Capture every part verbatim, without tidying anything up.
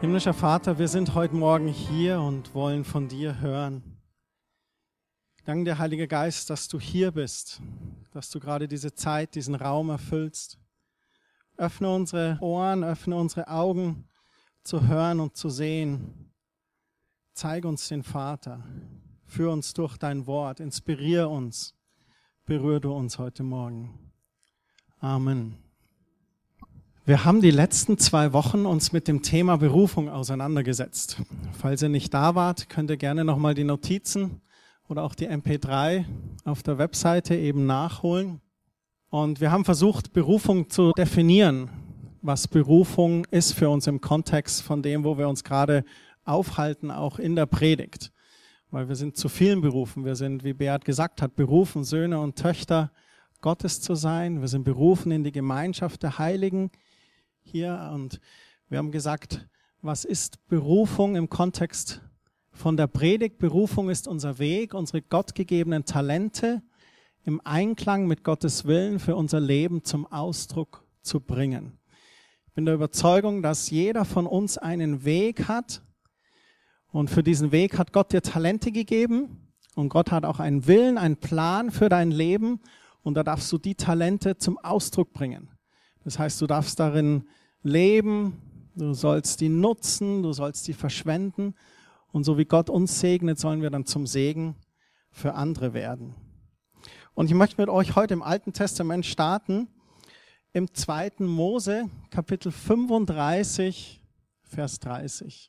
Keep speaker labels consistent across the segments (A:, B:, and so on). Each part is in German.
A: Himmlischer Vater, wir sind heute Morgen hier und wollen von dir hören. Danke dir, Heiliger Geist, dass du hier bist, dass du gerade diese Zeit, diesen Raum erfüllst. Öffne unsere Ohren, öffne unsere Augen zu hören und zu sehen. Zeig uns den Vater, führ uns durch dein Wort, inspiriere uns, berühre du uns heute Morgen. Amen. Wir haben die letzten zwei Wochen uns mit dem Thema Berufung auseinandergesetzt. Falls ihr nicht da wart, könnt ihr gerne nochmal die Notizen oder auch die M P drei auf der Webseite eben nachholen. Und wir haben versucht, Berufung zu definieren, was Berufung ist für uns im Kontext von dem, wo wir uns gerade aufhalten, auch in der Predigt. Weil wir sind zu vielen berufen. Wir sind, wie Beat gesagt hat, berufen, Söhne und Töchter Gottes zu sein. Wir sind berufen in die Gemeinschaft der Heiligen hier. Und wir haben gesagt, was ist Berufung im Kontext von der Predigt? Berufung ist unser Weg, unsere gottgegebenen Talente im Einklang mit Gottes Willen für unser Leben zum Ausdruck zu bringen. Ich bin der Überzeugung, dass jeder von uns einen Weg hat. Und für diesen Weg hat Gott dir Talente gegeben. Und Gott hat auch einen Willen, einen Plan für dein Leben. Und da darfst du die Talente zum Ausdruck bringen. Das heißt, du darfst darin leben, du sollst die nutzen, du sollst die verschwenden. Und so wie Gott uns segnet, sollen wir dann zum Segen für andere werden. Und ich möchte mit euch heute im Alten Testament starten, im zweiten Mose, Kapitel fünfunddreißig, Vers dreißig.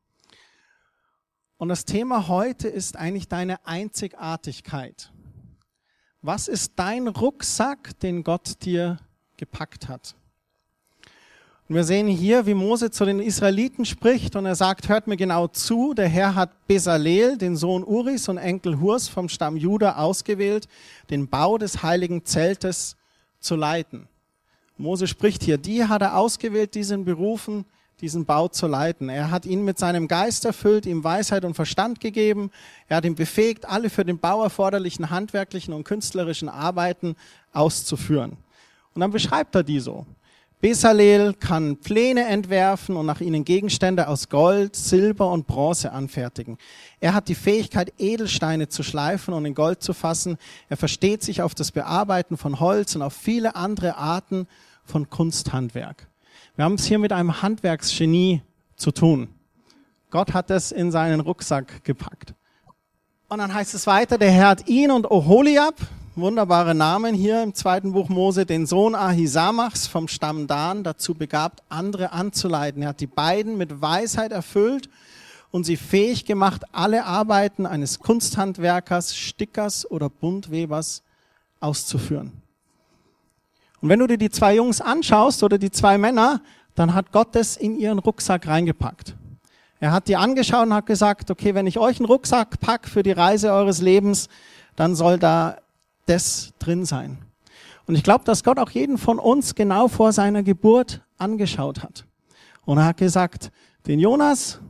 A: Und das Thema heute ist eigentlich deine Einzigartigkeit. Was ist dein Rucksack, den Gott dir gepackt hat? Und wir sehen hier, wie Mose zu den Israeliten spricht und er sagt, hört mir genau zu, der Herr hat Bezalel, den Sohn Uris und Enkel Hurs vom Stamm Juda ausgewählt, den Bau des heiligen Zeltes zu leiten. Mose spricht hier, die hat er ausgewählt, die sind berufen, diesen Bau zu leiten. Er hat ihn mit seinem Geist erfüllt, ihm Weisheit und Verstand gegeben. Er hat ihn befähigt, alle für den Bau erforderlichen handwerklichen und künstlerischen Arbeiten auszuführen. Und dann beschreibt er die so. Bezalel kann Pläne entwerfen und nach ihnen Gegenstände aus Gold, Silber und Bronze anfertigen. Er hat die Fähigkeit, Edelsteine zu schleifen und in Gold zu fassen. Er versteht sich auf das Bearbeiten von Holz und auf viele andere Arten von Kunsthandwerk. Wir haben es hier mit einem Handwerksgenie zu tun. Gott hat es in seinen Rucksack gepackt. Und dann heißt es weiter, der Herr hat ihn und Oholiab, wunderbare Namen hier im zweiten Buch Mose, den Sohn Ahisamachs vom Stamm Dan, dazu begabt, andere anzuleiten. Er hat die beiden mit Weisheit erfüllt und sie fähig gemacht, alle Arbeiten eines Kunsthandwerkers, Stickers oder Buntwebers auszuführen. Und wenn du dir die zwei Jungs anschaust oder die zwei Männer, dann hat Gott das in ihren Rucksack reingepackt. Er hat die angeschaut und hat gesagt, okay, wenn ich euch einen Rucksack packe für die Reise eures Lebens, dann soll da das drin sein. Und ich glaube, dass Gott auch jeden von uns genau vor seiner Geburt angeschaut hat. Und er hat gesagt, den Jonas,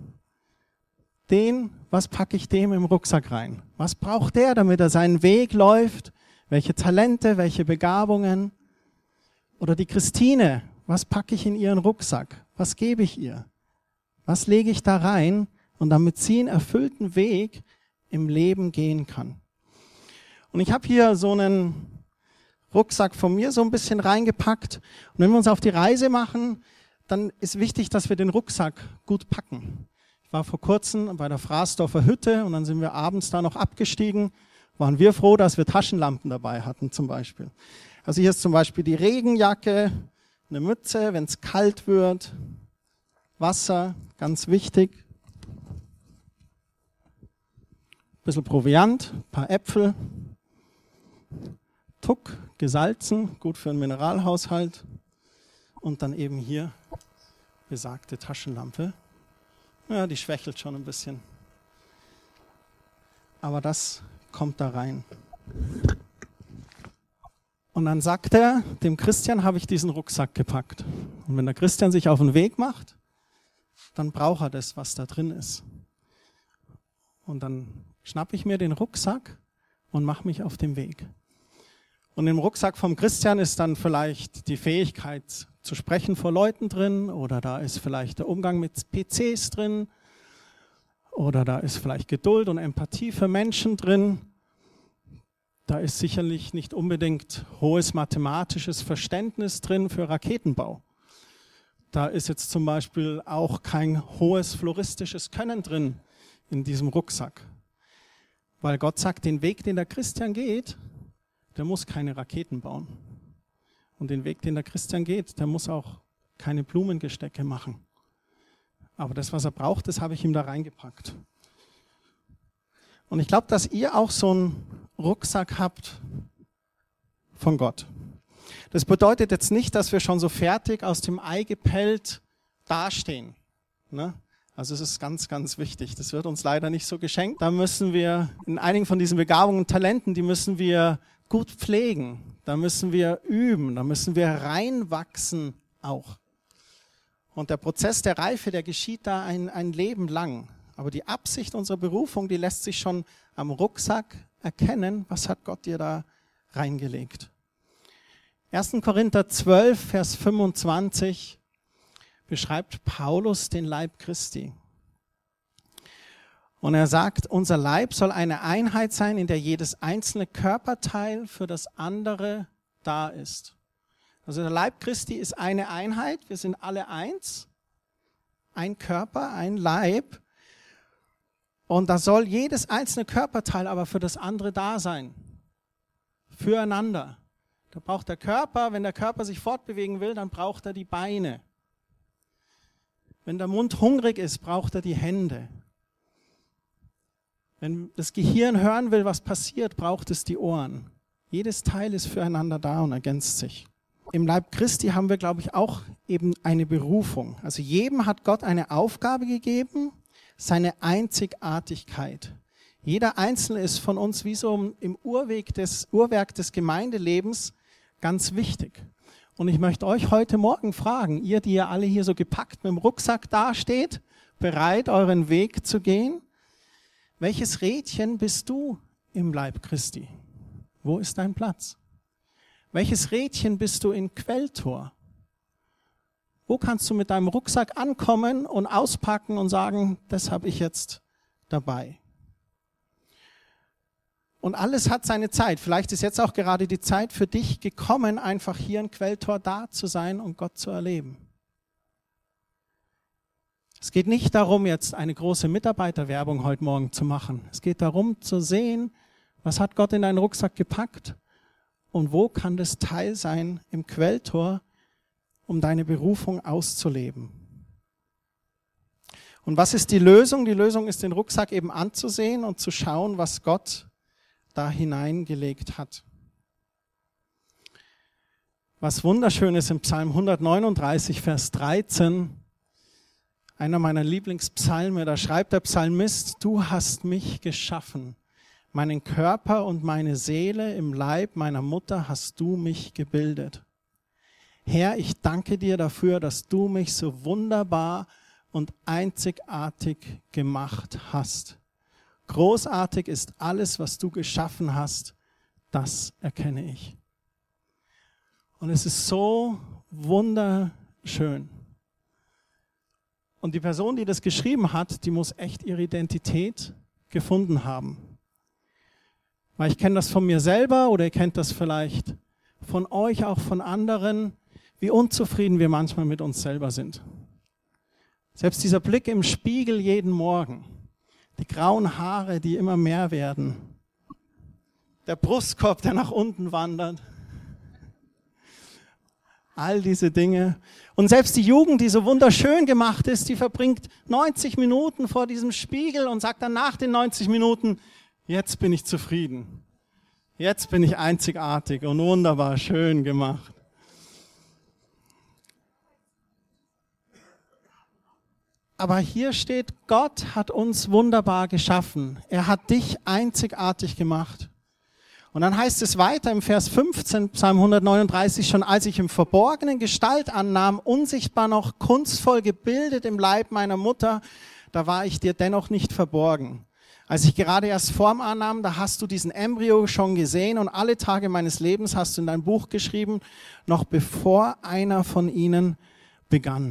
A: den, was packe ich dem im Rucksack rein? Was braucht der, damit er seinen Weg läuft? Welche Talente, welche Begabungen? Oder die Christine, was packe ich in ihren Rucksack? Was gebe ich ihr? Was lege ich da rein? Und damit sie einen erfüllten Weg im Leben gehen kann. Und ich habe hier so einen Rucksack von mir so ein bisschen reingepackt. Und wenn wir uns auf die Reise machen, dann ist wichtig, dass wir den Rucksack gut packen. Ich war vor kurzem bei der Fraßdorfer Hütte und dann sind wir abends da noch abgestiegen. Waren wir froh, dass wir Taschenlampen dabei hatten zum Beispiel. Also hier ist zum Beispiel die Regenjacke, eine Mütze, wenn es kalt wird, Wasser, ganz wichtig. Ein bisschen Proviant, ein paar Äpfel, Tuck, gesalzen, gut für einen Mineralhaushalt. Und dann eben hier besagte Taschenlampe. Ja, die schwächelt schon ein bisschen. Aber das kommt da rein. Und dann sagt er, dem Christian habe ich diesen Rucksack gepackt. Und wenn der Christian sich auf den Weg macht, dann braucht er das, was da drin ist. Und dann schnappe ich mir den Rucksack und mache mich auf den Weg. Und im Rucksack vom Christian ist dann vielleicht die Fähigkeit zu sprechen vor Leuten drin oder da ist vielleicht der Umgang mit P Cs drin oder da ist vielleicht Geduld und Empathie für Menschen drin. Da ist sicherlich nicht unbedingt hohes mathematisches Verständnis drin für Raketenbau. Da ist jetzt zum Beispiel auch kein hohes floristisches Können drin in diesem Rucksack. Weil Gott sagt, den Weg, den der Christian geht, der muss keine Raketen bauen. Und den Weg, den der Christian geht, der muss auch keine Blumengestecke machen. Aber das, was er braucht, das habe ich ihm da reingepackt. Und ich glaube, dass ihr auch so einen Rucksack habt von Gott. Das bedeutet jetzt nicht, dass wir schon so fertig aus dem Ei gepellt dastehen. Ne? Also es ist ganz, ganz wichtig. Das wird uns leider nicht so geschenkt. Da müssen wir in einigen von diesen Begabungen und Talenten, die müssen wir gut pflegen. Da müssen wir üben. Da müssen wir reinwachsen auch. Und der Prozess der Reife, der geschieht da ein, ein Leben lang. Aber die Absicht unserer Berufung, die lässt sich schon am Rucksack erkennen. Was hat Gott dir da reingelegt? erster Korinther zwölf, Vers fünfundzwanzig beschreibt Paulus den Leib Christi. Und er sagt, unser Leib soll eine Einheit sein, in der jedes einzelne Körperteil für das andere da ist. Also der Leib Christi ist eine Einheit, wir sind alle eins, ein Körper, ein Leib. Und da soll jedes einzelne Körperteil aber für das andere da sein, füreinander. Da braucht der Körper, wenn der Körper sich fortbewegen will, dann braucht er die Beine. Wenn der Mund hungrig ist, braucht er die Hände. Wenn das Gehirn hören will, was passiert, braucht es die Ohren. Jedes Teil ist füreinander da und ergänzt sich. Im Leib Christi haben wir, glaube ich, auch eben eine Berufung. Also jedem hat Gott eine Aufgabe gegeben, seine Einzigartigkeit. Jeder Einzelne ist von uns wie so im Urweg des, Uhrwerk des Gemeindelebens ganz wichtig. Und ich möchte euch heute Morgen fragen, ihr, die ja alle hier so gepackt mit dem Rucksack dasteht, bereit, euren Weg zu gehen, welches Rädchen bist du im Leib Christi? Wo ist dein Platz? Welches Rädchen bist du in Quelltor? Wo kannst du mit deinem Rucksack ankommen und auspacken und sagen, das habe ich jetzt dabei? Und alles hat seine Zeit. Vielleicht ist jetzt auch gerade die Zeit für dich gekommen, einfach hier in Quelltor da zu sein und Gott zu erleben. Es geht nicht darum, jetzt eine große Mitarbeiterwerbung heute Morgen zu machen. Es geht darum zu sehen, was hat Gott in deinen Rucksack gepackt und wo kann das Teil sein im Quelltor, um deine Berufung auszuleben. Und was ist die Lösung? Die Lösung ist, den Rucksack eben anzusehen und zu schauen, was Gott da hineingelegt hat. Was wunderschön ist im Psalm hundertneununddreißig, Vers dreizehn, einer meiner Lieblingspsalme, da schreibt der Psalmist, du hast mich geschaffen, meinen Körper und meine Seele im Leib meiner Mutter hast du mich gebildet. Herr, ich danke dir dafür, dass du mich so wunderbar und einzigartig gemacht hast. Großartig ist alles, was du geschaffen hast, das erkenne ich. Und es ist so wunderschön. Und die Person, die das geschrieben hat, die muss echt ihre Identität gefunden haben. Weil ich kenne das von mir selber oder ihr kennt das vielleicht von euch, auch von anderen, wie unzufrieden wir manchmal mit uns selber sind. Selbst dieser Blick im Spiegel jeden Morgen. Die grauen Haare, die immer mehr werden. Der Brustkorb, der nach unten wandert. All diese Dinge. Und selbst die Jugend, die so wunderschön gemacht ist, die verbringt neunzig Minuten vor diesem Spiegel und sagt dann nach den neunzig Minuten, jetzt bin ich zufrieden. Jetzt bin ich einzigartig und wunderbar schön gemacht. Aber hier steht, Gott hat uns wunderbar geschaffen. Er hat dich einzigartig gemacht. Und dann heißt es weiter im Vers fünfzehn, Psalm hundertneununddreißig, schon als ich im Verborgenen Gestalt annahm, unsichtbar noch kunstvoll gebildet im Leib meiner Mutter, da war ich dir dennoch nicht verborgen. Als ich gerade erst Form annahm, da hast du diesen Embryo schon gesehen und alle Tage meines Lebens hast du in dein Buch geschrieben, noch bevor einer von ihnen begann.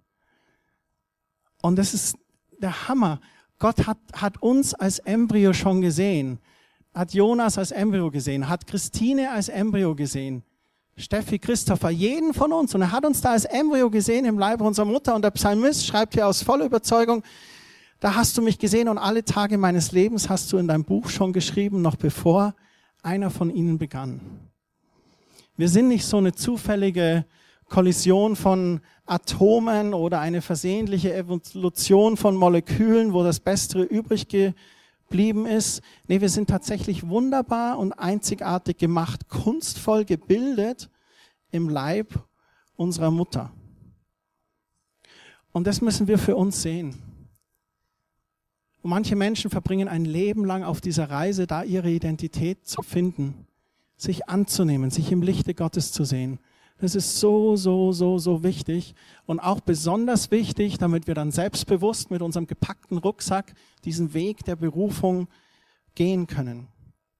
A: Und das ist der Hammer. Gott hat, hat uns als Embryo schon gesehen, hat Jonas als Embryo gesehen, hat Christine als Embryo gesehen, Steffi, Christopher, jeden von uns. Und er hat uns da als Embryo gesehen im Leib unserer Mutter. Und der Psalmist schreibt hier aus voller Überzeugung, da hast du mich gesehen und alle Tage meines Lebens hast du in deinem Buch schon geschrieben, noch bevor einer von ihnen begann. Wir sind nicht so eine zufällige Kollision von Atomen oder eine versehentliche Evolution von Molekülen, wo das Bessere übrig geblieben ist. Nee, wir sind tatsächlich wunderbar und einzigartig gemacht, kunstvoll gebildet im Leib unserer Mutter. Und das müssen wir für uns sehen. Und manche Menschen verbringen ein Leben lang auf dieser Reise, da ihre Identität zu finden, sich anzunehmen, sich im Lichte Gottes zu sehen. Das ist so, so, so, so wichtig und auch besonders wichtig, damit wir dann selbstbewusst mit unserem gepackten Rucksack diesen Weg der Berufung gehen können.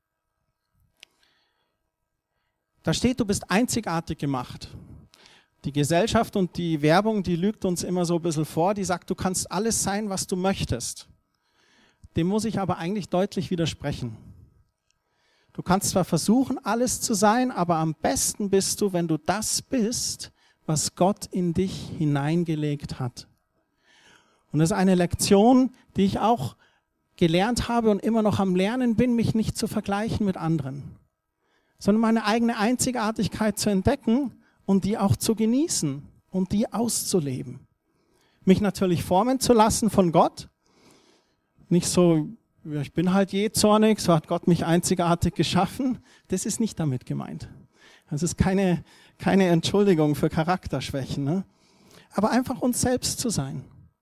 A: Da steht, du bist einzigartig gemacht. Die Gesellschaft und die Werbung, die lügt uns immer so ein bisschen vor, die sagt, du kannst alles sein, was du möchtest. Dem muss ich aber eigentlich deutlich widersprechen. Du kannst zwar versuchen, alles zu sein, aber am besten bist du, wenn du das bist, was Gott in dich hineingelegt hat. Und das ist eine Lektion, die ich auch gelernt habe und immer noch am Lernen bin, mich nicht zu vergleichen mit anderen, sondern meine eigene Einzigartigkeit zu entdecken und die auch zu genießen und die auszuleben. Mich natürlich formen zu lassen von Gott. Nicht so, ja, ich bin halt jähzornig, so hat Gott mich einzigartig geschaffen. Das ist nicht damit gemeint. Das ist keine, keine Entschuldigung für Charakterschwächen, ne? Aber einfach uns selbst zu sein.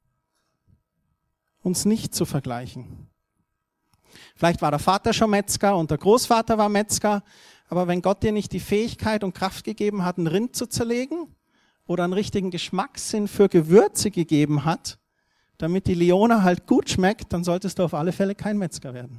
A: Uns nicht zu vergleichen. Vielleicht war der Vater schon Metzger und der Großvater war Metzger, aber wenn Gott dir nicht die Fähigkeit und Kraft gegeben hat, ein Rind zu zerlegen oder einen richtigen Geschmackssinn für Gewürze gegeben hat, damit die Lione halt gut schmeckt, dann solltest du auf alle Fälle kein Metzger werden.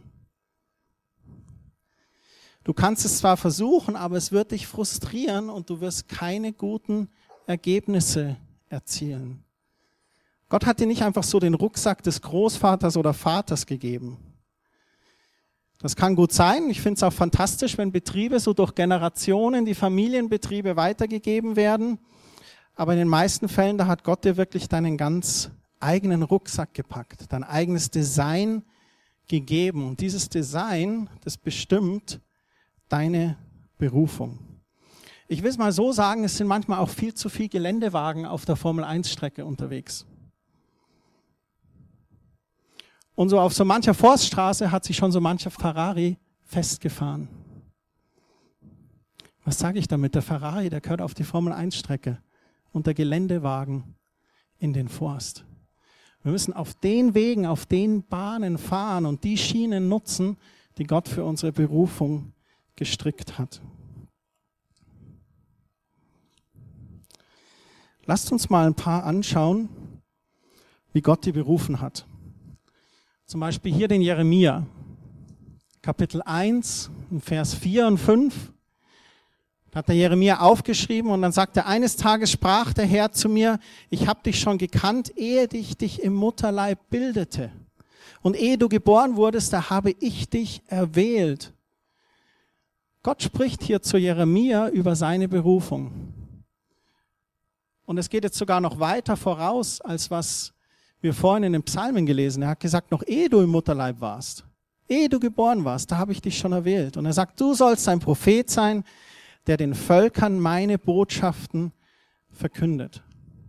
A: Du kannst es zwar versuchen, aber es wird dich frustrieren und du wirst keine guten Ergebnisse erzielen. Gott hat dir nicht einfach so den Rucksack des Großvaters oder Vaters gegeben. Das kann gut sein. Ich finde es auch fantastisch, wenn Betriebe so durch Generationen, die Familienbetriebe weitergegeben werden. Aber in den meisten Fällen, da hat Gott dir wirklich deinen ganz eigenen Rucksack gepackt, dein eigenes Design gegeben. Und dieses Design, das bestimmt deine Berufung. Ich will es mal so sagen, es sind manchmal auch viel zu viele Geländewagen auf der Formel eins Strecke unterwegs. Und so auf so mancher Forststraße hat sich schon so mancher Ferrari festgefahren. Was sage ich damit? Der Ferrari, der gehört auf die Formel eins Strecke und der Geländewagen in den Forst. Wir müssen auf den Wegen, auf den Bahnen fahren und die Schienen nutzen, die Gott für unsere Berufung gestrickt hat. Lasst uns mal ein paar anschauen, wie Gott die berufen hat. Zum Beispiel hier den Jeremia, Kapitel eins, Vers vier und fünf. Da hat der Jeremia aufgeschrieben und dann sagt er, eines Tages sprach der Herr zu mir, ich habe dich schon gekannt, ehe ich dich im Mutterleib bildete. Und ehe du geboren wurdest, da habe ich dich erwählt. Gott spricht hier zu Jeremia über seine Berufung. Und es geht jetzt sogar noch weiter voraus, als was wir vorhin in den Psalmen gelesen haben. Er hat gesagt, noch ehe du im Mutterleib warst, ehe du geboren warst, da habe ich dich schon erwählt. Und er sagt, du sollst ein Prophet sein, der den Völkern meine Botschaften verkündet.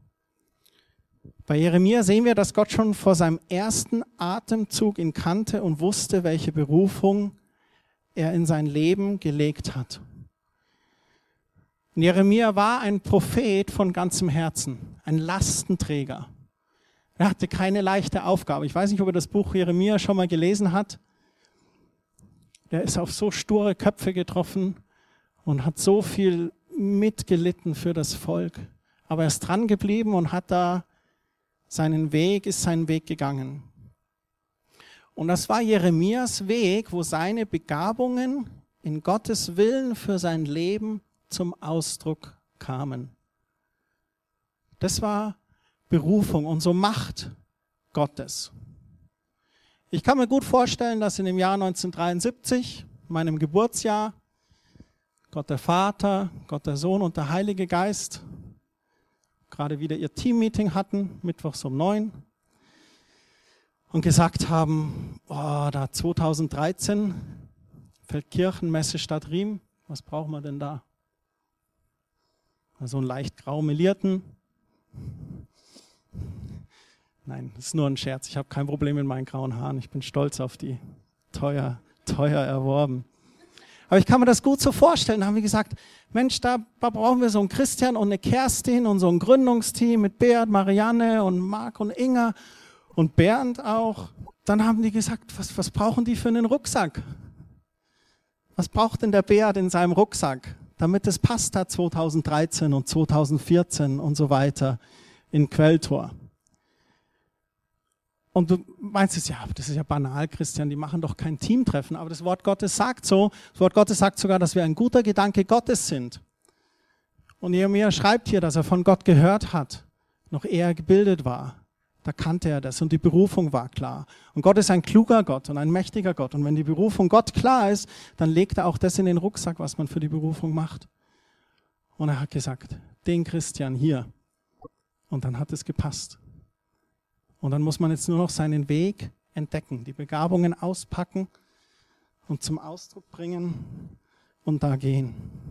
A: Bei Jeremia sehen wir, dass Gott schon vor seinem ersten Atemzug ihn kannte und wusste, welche Berufung er in sein Leben gelegt hat. Und Jeremia war ein Prophet von ganzem Herzen, ein Lastenträger. Er hatte keine leichte Aufgabe. Ich weiß nicht, ob er das Buch Jeremia schon mal gelesen hat. Er ist auf so sture Köpfe getroffen und hat so viel mitgelitten für das Volk. Aber er ist dran geblieben und hat da seinen Weg, ist seinen Weg gegangen. Und das war Jeremias Weg, wo seine Begabungen in Gottes Willen für sein Leben zum Ausdruck kamen. Das war Berufung und so Macht Gottes. Ich kann mir gut vorstellen, dass in dem Jahr neunzehnhundertdreiundsiebzig, meinem Geburtsjahr, Gott der Vater, Gott der Sohn und der Heilige Geist gerade wieder ihr Teammeeting hatten, mittwochs um neun, und gesagt haben, oh, da zweitausenddreizehn, Feldkirchenmesse Stadt Riem, was brauchen wir denn da? So einen leicht grau melierten. Nein, das ist nur ein Scherz. Ich habe kein Problem mit meinen grauen Haaren. Ich bin stolz auf die. Teuer, teuer erworben. Aber ich kann mir das gut so vorstellen. Da haben wir gesagt, Mensch, da brauchen wir so einen Christian und eine Kerstin und so ein Gründungsteam mit Beat, Marianne und Marc und Inga und Bernd auch. Dann haben die gesagt, was, was brauchen die für einen Rucksack? Was braucht denn der Beat in seinem Rucksack, damit es passt da zweitausenddreizehn und zweitausendvierzehn und so weiter in Quelltor? Und du meinst es, ja, das ist ja banal, Christian, die machen doch kein Teamtreffen. Aber das Wort Gottes sagt so, das Wort Gottes sagt sogar, dass wir ein guter Gedanke Gottes sind. Und Jeremia schreibt hier, dass er von Gott gehört hat, noch ehe er gebildet war. Da kannte er das und die Berufung war klar. Und Gott ist ein kluger Gott und ein mächtiger Gott. Und wenn die Berufung Gott klar ist, dann legt er auch das in den Rucksack, was man für die Berufung macht. Und er hat gesagt, den Christian hier. Und dann hat es gepasst. Und dann muss man jetzt nur noch seinen Weg entdecken, die Begabungen auspacken und zum Ausdruck bringen und da gehen.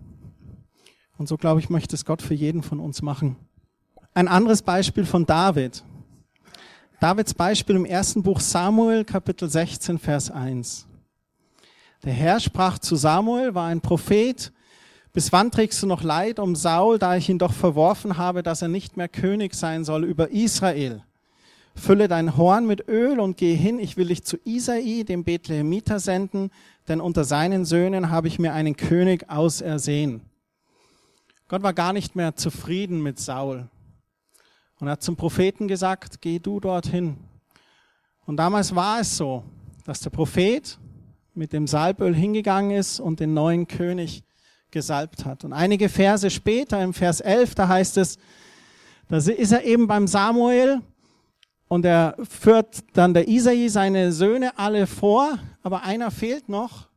A: Und so, glaube ich, möchte es Gott für jeden von uns machen. Ein anderes Beispiel von David. Davids Beispiel im ersten Buch Samuel, Kapitel sechzehn, Vers eins. Der Herr sprach zu Samuel, war ein Prophet: Bis wann trägst du noch Leid um Saul, da ich ihn doch verworfen habe, dass er nicht mehr König sein soll über Israel? Fülle dein Horn mit Öl und geh hin, ich will dich zu Isai, dem Bethlehemiter, senden, denn unter seinen Söhnen habe ich mir einen König ausersehen. Gott war gar nicht mehr zufrieden mit Saul und er hat zum Propheten gesagt, geh du dorthin. Und damals war es so, dass der Prophet mit dem Salböl hingegangen ist und den neuen König gesalbt hat. Und einige Verse später, im Vers elf, da heißt es, da ist er eben beim Samuel. Und er führt dann der Isai seine Söhne alle vor, aber einer fehlt noch.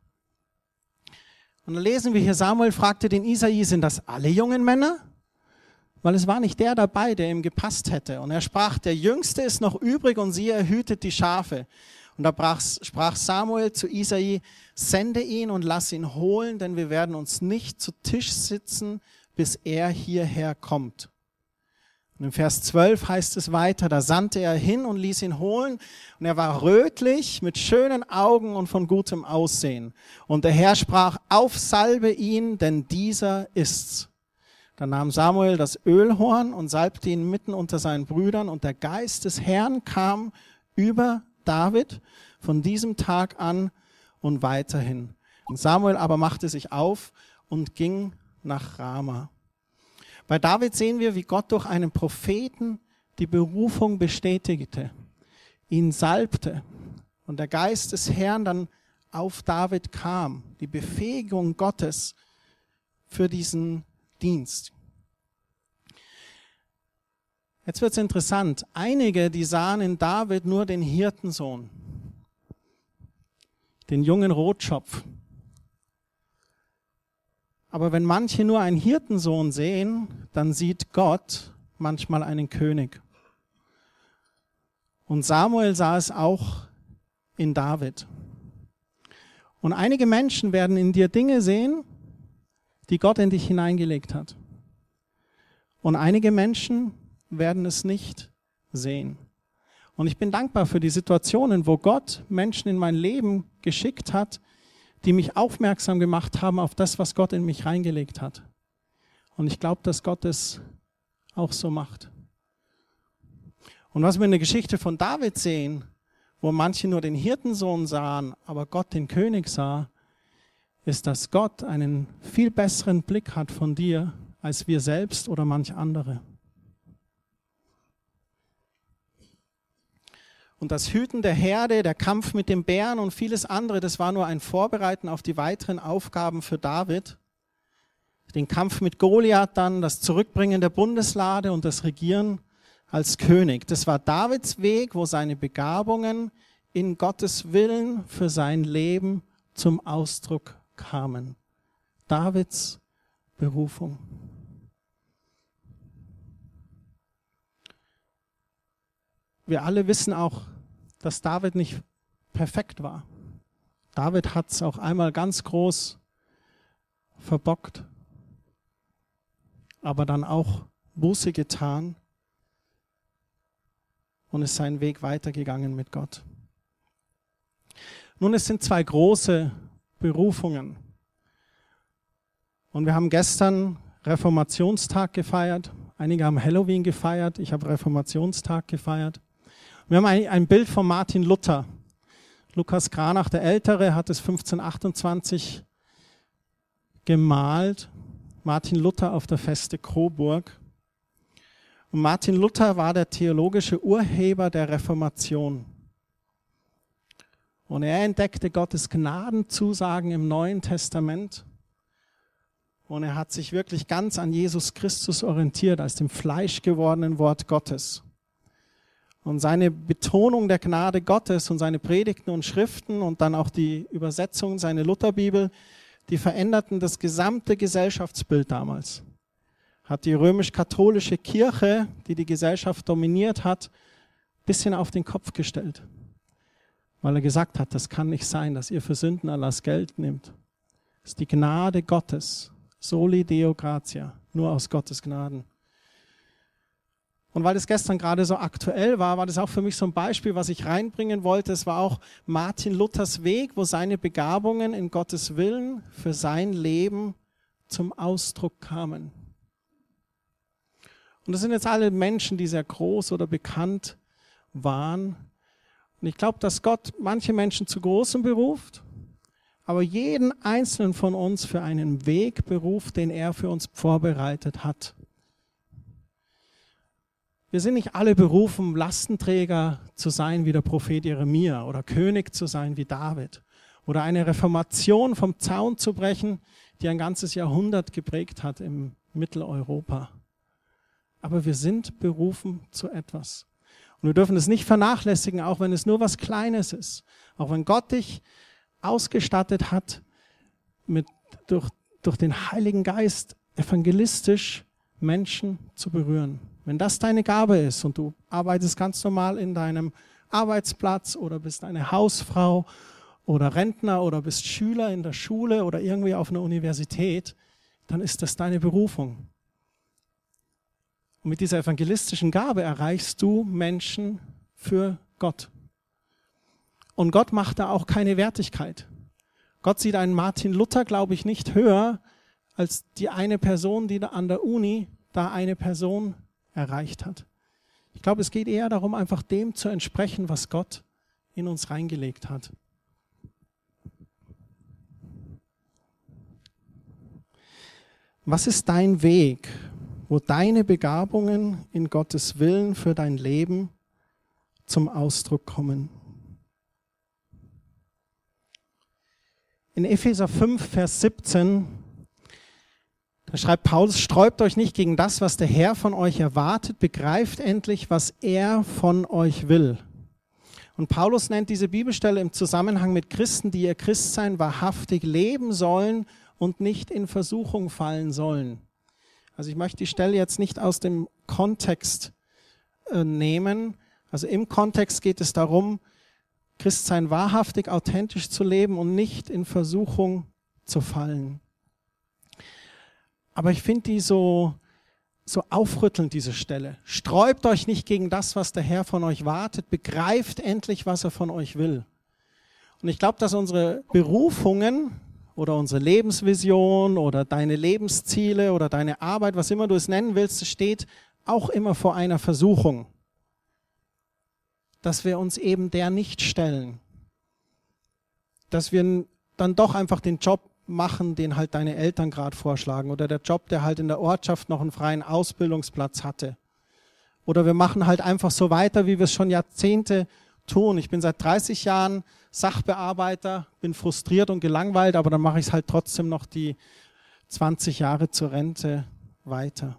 A: Und dann lesen wir hier, Samuel fragte den Isai, sind das alle jungen Männer? Weil es war nicht der dabei, der ihm gepasst hätte. Und er sprach, der Jüngste ist noch übrig und siehe, er hütet die Schafe. Und da sprach Samuel zu Isai, sende ihn und lass ihn holen, denn wir werden uns nicht zu Tisch sitzen, bis er hierher kommt. Und im Vers zwölf heißt es weiter, da sandte er hin und ließ ihn holen. Und er war rötlich, mit schönen Augen und von gutem Aussehen. Und der Herr sprach, aufsalbe ihn, denn dieser ist's. Dann nahm Samuel das Ölhorn und salbte ihn mitten unter seinen Brüdern. Und der Geist des Herrn kam über David von diesem Tag an und weiterhin. Und Samuel aber machte sich auf und ging nach Rama. Bei David sehen wir, wie Gott durch einen Propheten die Berufung bestätigte, ihn salbte und der Geist des Herrn dann auf David kam, die Befähigung Gottes für diesen Dienst. Jetzt wird es interessant. Einige, die sahen in David nur den Hirtensohn, den jungen Rotschopf. Aber wenn manche nur einen Hirtensohn sehen, dann sieht Gott manchmal einen König. Und Samuel sah es auch in David. Und einige Menschen werden in dir Dinge sehen, die Gott in dich hineingelegt hat. Und einige Menschen werden es nicht sehen. Und ich bin dankbar für die Situationen, wo Gott Menschen in mein Leben geschickt hat, die mich aufmerksam gemacht haben auf das, was Gott in mich reingelegt hat. Und ich glaube, dass Gott es auch so macht. Und was wir in der Geschichte von David sehen, wo manche nur den Hirtensohn sahen, aber Gott den König sah, ist, dass Gott einen viel besseren Blick hat von dir, als wir selbst oder manch andere. Und das Hüten der Herde, der Kampf mit dem Bären und vieles andere, das war nur ein Vorbereiten auf die weiteren Aufgaben für David. Den Kampf mit Goliath dann, das Zurückbringen der Bundeslade und das Regieren als König. Das war Davids Weg, wo seine Begabungen in Gottes Willen für sein Leben zum Ausdruck kamen. Davids Berufung. Wir alle wissen auch, dass David nicht perfekt war. David hat es auch einmal ganz groß verbockt, aber dann auch Buße getan und ist seinen Weg weitergegangen mit Gott. Nun, es sind zwei große Berufungen. Und wir haben gestern Reformationstag gefeiert. Einige haben Halloween gefeiert. Ich habe Reformationstag gefeiert. Wir haben ein, ein Bild von Martin Luther. Lukas Cranach, der Ältere, hat es fünfzehnhundertachtundzwanzig gemalt. Martin Luther auf der Feste Coburg. Und Martin Luther war der theologische Urheber der Reformation. Und er entdeckte Gottes Gnadenzusagen im Neuen Testament. Und er hat sich wirklich ganz an Jesus Christus orientiert, als dem fleischgewordenen Wort Gottes. Und seine Betonung der Gnade Gottes und seine Predigten und Schriften und dann auch die Übersetzung, seine Lutherbibel, die veränderten das gesamte Gesellschaftsbild damals. Hat die römisch-katholische Kirche, die die Gesellschaft dominiert hat, ein bisschen auf den Kopf gestellt. Weil er gesagt hat, das kann nicht sein, dass ihr für Sündenerlass Geld nehmt. Das ist die Gnade Gottes. Soli Deo gratia. Nur aus Gottes Gnaden. Und weil das gestern gerade so aktuell war, war das auch für mich so ein Beispiel, was ich reinbringen wollte. Es war auch Martin Luthers Weg, wo seine Begabungen in Gottes Willen für sein Leben zum Ausdruck kamen. Und das sind jetzt alle Menschen, die sehr groß oder bekannt waren. Und ich glaube, dass Gott manche Menschen zu Großem beruft, aber jeden einzelnen von uns für einen Weg beruft, den er für uns vorbereitet hat. Wir sind nicht alle berufen, Lastenträger zu sein wie der Prophet Jeremia oder König zu sein wie David oder eine Reformation vom Zaun zu brechen, die ein ganzes Jahrhundert geprägt hat im Mitteleuropa. Aber wir sind berufen zu etwas. Und wir dürfen es nicht vernachlässigen, auch wenn es nur was Kleines ist. Auch wenn Gott dich ausgestattet hat, mit, durch, durch den Heiligen Geist evangelistisch Menschen zu berühren. Wenn das deine Gabe ist und du arbeitest ganz normal in deinem Arbeitsplatz oder bist eine Hausfrau oder Rentner oder bist Schüler in der Schule oder irgendwie auf einer Universität, dann ist das deine Berufung. Und mit dieser evangelistischen Gabe erreichst du Menschen für Gott. Und Gott macht da auch keine Wertigkeit. Gott sieht einen Martin Luther, glaube ich, nicht höher als die eine Person, die da an der Uni da eine Person erreicht hat. Ich glaube, es geht eher darum, einfach dem zu entsprechen, was Gott in uns reingelegt hat. Was ist dein Weg, wo deine Begabungen in Gottes Willen für dein Leben zum Ausdruck kommen? In Epheser fünf, Vers siebzehn, da schreibt Paulus, sträubt euch nicht gegen das, was der Herr von euch erwartet, begreift endlich, was er von euch will. Und Paulus nennt diese Bibelstelle im Zusammenhang mit Christen, die ihr Christsein wahrhaftig leben sollen und nicht in Versuchung fallen sollen. Also ich möchte die Stelle jetzt nicht aus dem Kontext äh, nehmen. Also im Kontext geht es darum, Christsein wahrhaftig, authentisch zu leben und nicht in Versuchung zu fallen. Aber ich finde die so, so aufrüttelnd, diese Stelle. Sträubt euch nicht gegen das, was der Herr von euch wartet. Begreift endlich, was er von euch will. Und ich glaube, dass unsere Berufungen oder unsere Lebensvision oder deine Lebensziele oder deine Arbeit, was immer du es nennen willst, steht auch immer vor einer Versuchung. Dass wir uns eben der nicht stellen. Dass wir dann doch einfach den Job machen, den halt deine Eltern gerade vorschlagen oder der Job, der halt in der Ortschaft noch einen freien Ausbildungsplatz hatte. Oder wir machen halt einfach so weiter, wie wir es schon Jahrzehnte tun. Ich bin seit dreißig Jahren Sachbearbeiter, bin frustriert und gelangweilt, aber dann mache ich es halt trotzdem noch die zwanzig Jahre zur Rente weiter.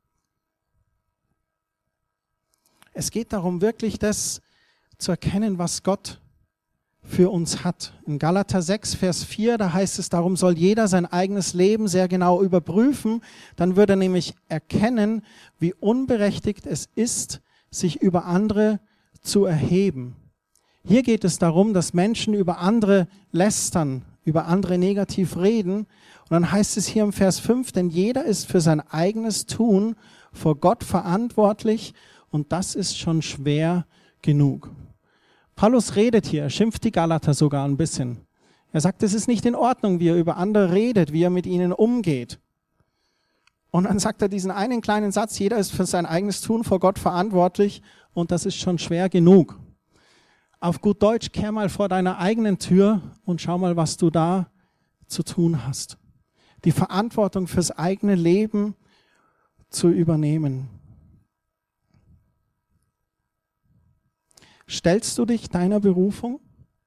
A: Es geht darum, wirklich das zu erkennen, was Gott für uns hat. In Galater sechs, Vers vier, da heißt es, darum soll jeder sein eigenes Leben sehr genau überprüfen. Dann wird er nämlich erkennen, wie unberechtigt es ist, sich über andere zu erheben. Hier geht es darum, dass Menschen über andere lästern, über andere negativ reden. Und dann heißt es hier im Vers fünf, denn jeder ist für sein eigenes Tun vor Gott verantwortlich und das ist schon schwer genug. Paulus redet hier, er schimpft die Galater sogar ein bisschen. Er sagt, es ist nicht in Ordnung, wie er über andere redet, wie er mit ihnen umgeht. Und dann sagt er diesen einen kleinen Satz, jeder ist für sein eigenes Tun vor Gott verantwortlich und das ist schon schwer genug. Auf gut Deutsch, kehr mal vor deiner eigenen Tür und schau mal, was du da zu tun hast. Die Verantwortung fürs eigene Leben zu übernehmen. Stellst du dich deiner Berufung?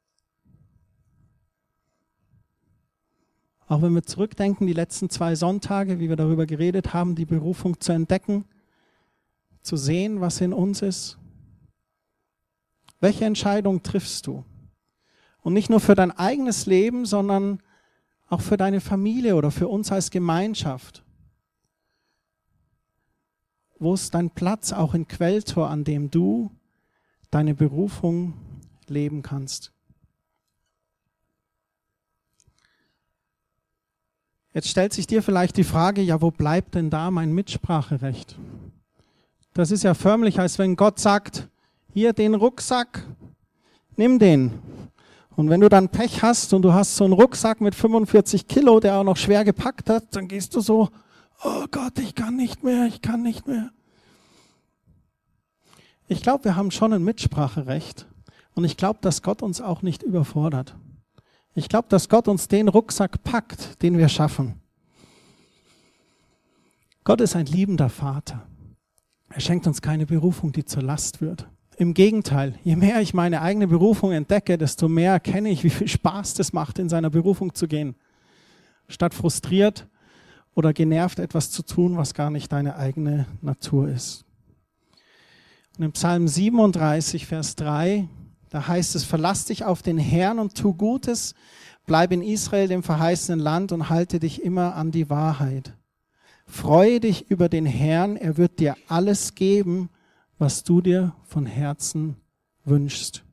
A: Auch wenn wir zurückdenken, die letzten zwei Sonntage, wie wir darüber geredet haben, die Berufung zu entdecken, zu sehen, was in uns ist. Welche Entscheidung triffst du? Und nicht nur für dein eigenes Leben, sondern auch für deine Familie oder für uns als Gemeinschaft. Wo ist dein Platz auch in Quelltor, an dem du deine Berufung leben kannst? Jetzt stellt sich dir vielleicht die Frage, ja, wo bleibt denn da mein Mitspracherecht? Das ist ja förmlich, als wenn Gott sagt, hier den Rucksack, nimm den. Und wenn du dann Pech hast und du hast so einen Rucksack mit fünfundvierzig Kilo, der auch noch schwer gepackt hat, dann gehst du so, oh Gott, ich kann nicht mehr, ich kann nicht mehr. Ich glaube, wir haben schon ein Mitspracherecht und ich glaube, dass Gott uns auch nicht überfordert. Ich glaube, dass Gott uns den Rucksack packt, den wir schaffen. Gott ist ein liebender Vater. Er schenkt uns keine Berufung, die zur Last wird. Im Gegenteil, je mehr ich meine eigene Berufung entdecke, desto mehr erkenne ich, wie viel Spaß das macht, in seiner Berufung zu gehen. Statt frustriert oder genervt etwas zu tun, was gar nicht deine eigene Natur ist. Und im Psalm siebenunddreißig, Vers drei, da heißt es, verlass dich auf den Herrn und tu Gutes, bleib in Israel, dem verheißenen Land und halte dich immer an die Wahrheit. Freue dich über den Herrn, er wird dir alles geben, was du dir von Herzen wünschst.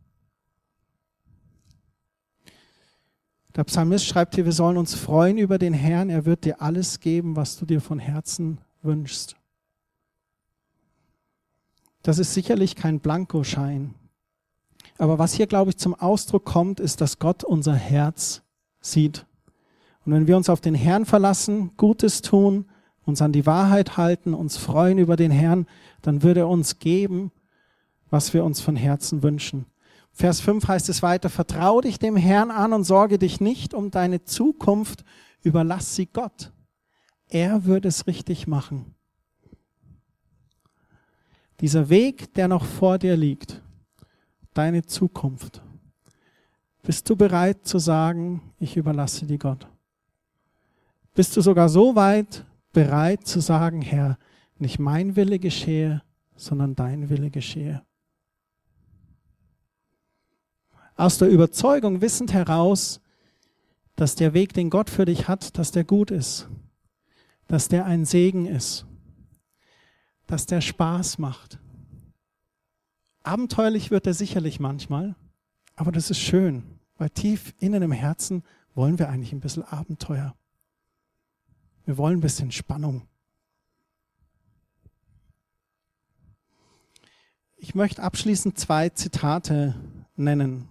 A: Der Psalmist schreibt hier, wir sollen uns freuen über den Herrn, er wird dir alles geben, was du dir von Herzen wünschst. Das ist sicherlich kein Blankoschein. Aber was hier, glaube ich, zum Ausdruck kommt, ist, dass Gott unser Herz sieht. Und wenn wir uns auf den Herrn verlassen, Gutes tun, uns an die Wahrheit halten, uns freuen über den Herrn, dann wird er uns geben, was wir uns von Herzen wünschen. Vers fünf heißt es weiter, vertraue dich dem Herrn an und sorge dich nicht um deine Zukunft, überlass sie Gott. Er wird es richtig machen. Dieser Weg, der noch vor dir liegt, deine Zukunft, bist du bereit zu sagen, ich überlasse die Gott? Bist du sogar so weit bereit zu sagen, Herr, nicht mein Wille geschehe, sondern dein Wille geschehe? Aus der Überzeugung wissend heraus, dass der Weg, den Gott für dich hat, dass der gut ist, dass der ein Segen ist, dass der Spaß macht. Abenteuerlich wird er sicherlich manchmal, aber das ist schön, weil tief innen im Herzen wollen wir eigentlich ein bisschen Abenteuer. Wir wollen ein bisschen Spannung. Ich möchte abschließend zwei Zitate nennen.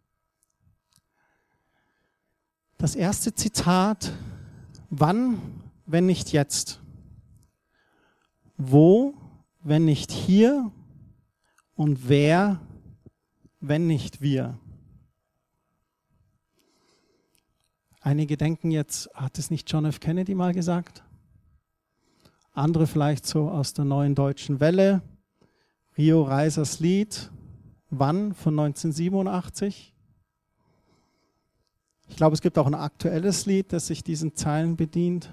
A: Das erste Zitat, wann, wenn nicht jetzt? Wo, wenn nicht hier? Und wer, wenn nicht wir? Einige denken jetzt, hat es nicht John F. Kennedy mal gesagt? Andere vielleicht so aus der Neuen Deutschen Welle, Rio Reisers Lied, Wann von neunzehnhundertsiebenundachtzig. Ich glaube, es gibt auch ein aktuelles Lied, das sich diesen Zeilen bedient.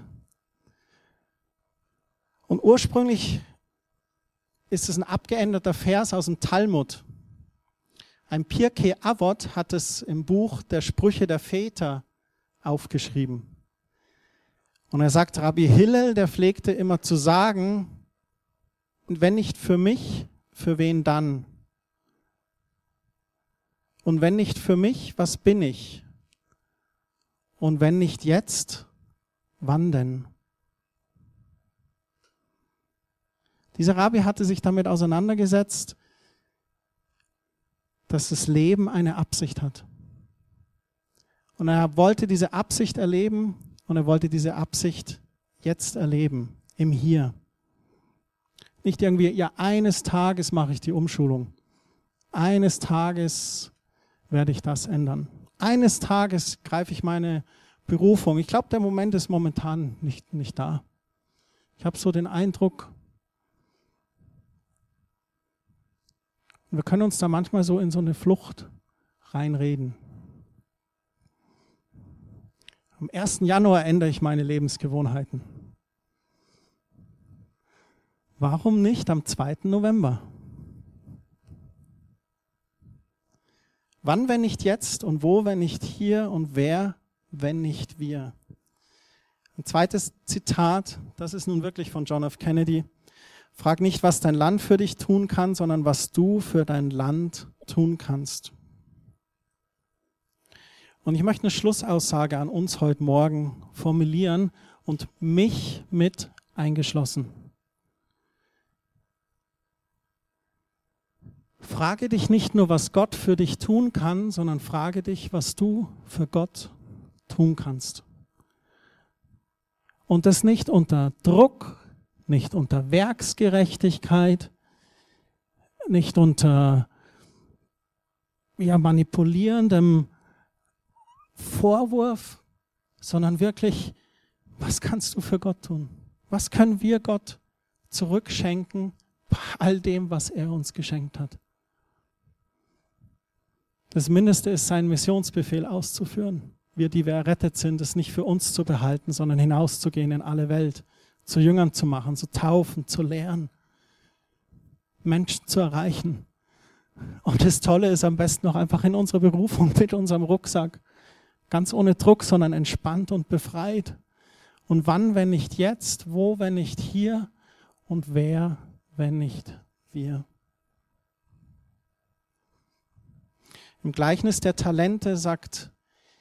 A: Und ursprünglich ist es ein abgeänderter Vers aus dem Talmud. Ein Pirkei Avot hat es im Buch der Sprüche der Väter aufgeschrieben. Und er sagt, Rabbi Hillel, der pflegte immer zu sagen, wenn nicht für mich, für wen dann? Und wenn nicht für mich, was bin ich? Und wenn nicht jetzt, wann denn? Dieser Rabbi hatte sich damit auseinandergesetzt, dass das Leben eine Absicht hat. Und er wollte diese Absicht erleben und er wollte diese Absicht jetzt erleben, im Hier. Nicht irgendwie, ja, eines Tages mache ich die Umschulung. Eines Tages werde ich das ändern. Eines Tages greife ich meine Berufung. Ich glaube, der Moment ist momentan nicht, nicht da. Ich habe so den Eindruck, wir können uns da manchmal so in so eine Flucht reinreden. Am ersten Januar ändere ich meine Lebensgewohnheiten. Warum nicht am zweiten November? Wann, wenn nicht jetzt? Und wo, wenn nicht hier? Und wer, wenn nicht wir? Ein zweites Zitat, das ist nun wirklich von John F. Kennedy. Frag nicht, was dein Land für dich tun kann, sondern was du für dein Land tun kannst. Und ich möchte eine Schlussaussage an uns heute Morgen formulieren und mich mit eingeschlossen. Frage dich nicht nur, was Gott für dich tun kann, sondern frage dich, was du für Gott tun kannst. Und das nicht unter Druck, nicht unter Werksgerechtigkeit, nicht unter ja, manipulierendem Vorwurf, sondern wirklich, was kannst du für Gott tun? Was können wir Gott zurückschenken bei all dem, was er uns geschenkt hat? Das Mindeste ist, seinen Missionsbefehl auszuführen. Wir, die wir errettet sind, es nicht für uns zu behalten, sondern hinauszugehen in alle Welt, zu Jüngern zu machen, zu taufen, zu lehren, Menschen zu erreichen. Und das Tolle ist am besten noch einfach in unserer Berufung mit unserem Rucksack. Ganz ohne Druck, sondern entspannt und befreit. Und wann, wenn nicht jetzt? Wo, wenn nicht hier? Und wer, wenn nicht wir? Im Gleichnis der Talente sagt,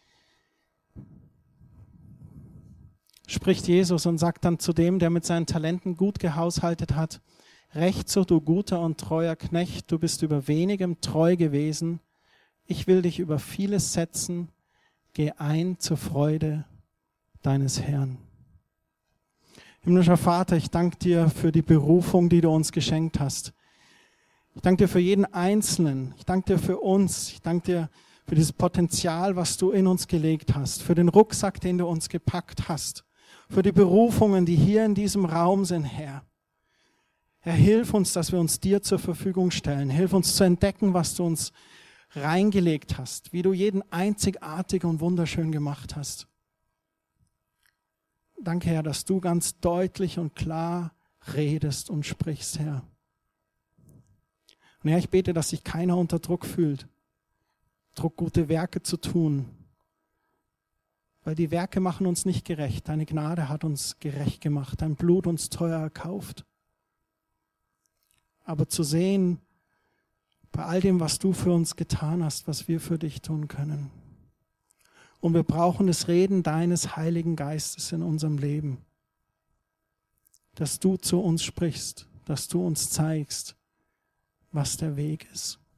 A: spricht Jesus und sagt dann zu dem, der mit seinen Talenten gut gehaushaltet hat, recht so, du guter und treuer Knecht, du bist über wenigem treu gewesen, ich will dich über vieles setzen, geh ein zur Freude deines Herrn. Himmlischer Vater, ich danke dir für die Berufung, die du uns geschenkt hast. Ich danke dir für jeden Einzelnen. Ich danke dir für uns. Ich danke dir für dieses Potenzial, was du in uns gelegt hast. Für den Rucksack, den du uns gepackt hast. Für die Berufungen, die hier in diesem Raum sind, Herr. Herr, hilf uns, dass wir uns dir zur Verfügung stellen. Hilf uns zu entdecken, was du uns reingelegt hast. Wie du jeden einzigartig und wunderschön gemacht hast. Danke, Herr, dass du ganz deutlich und klar redest und sprichst, Herr. Und Herr, ich bete, dass sich keiner unter Druck fühlt, Druck, gute Werke zu tun. Weil die Werke machen uns nicht gerecht. Deine Gnade hat uns gerecht gemacht, dein Blut uns teuer erkauft. Aber zu sehen, bei all dem, was du für uns getan hast, was wir für dich tun können. Und wir brauchen das Reden deines Heiligen Geistes in unserem Leben. Dass du zu uns sprichst, dass du uns zeigst, was der Weg ist.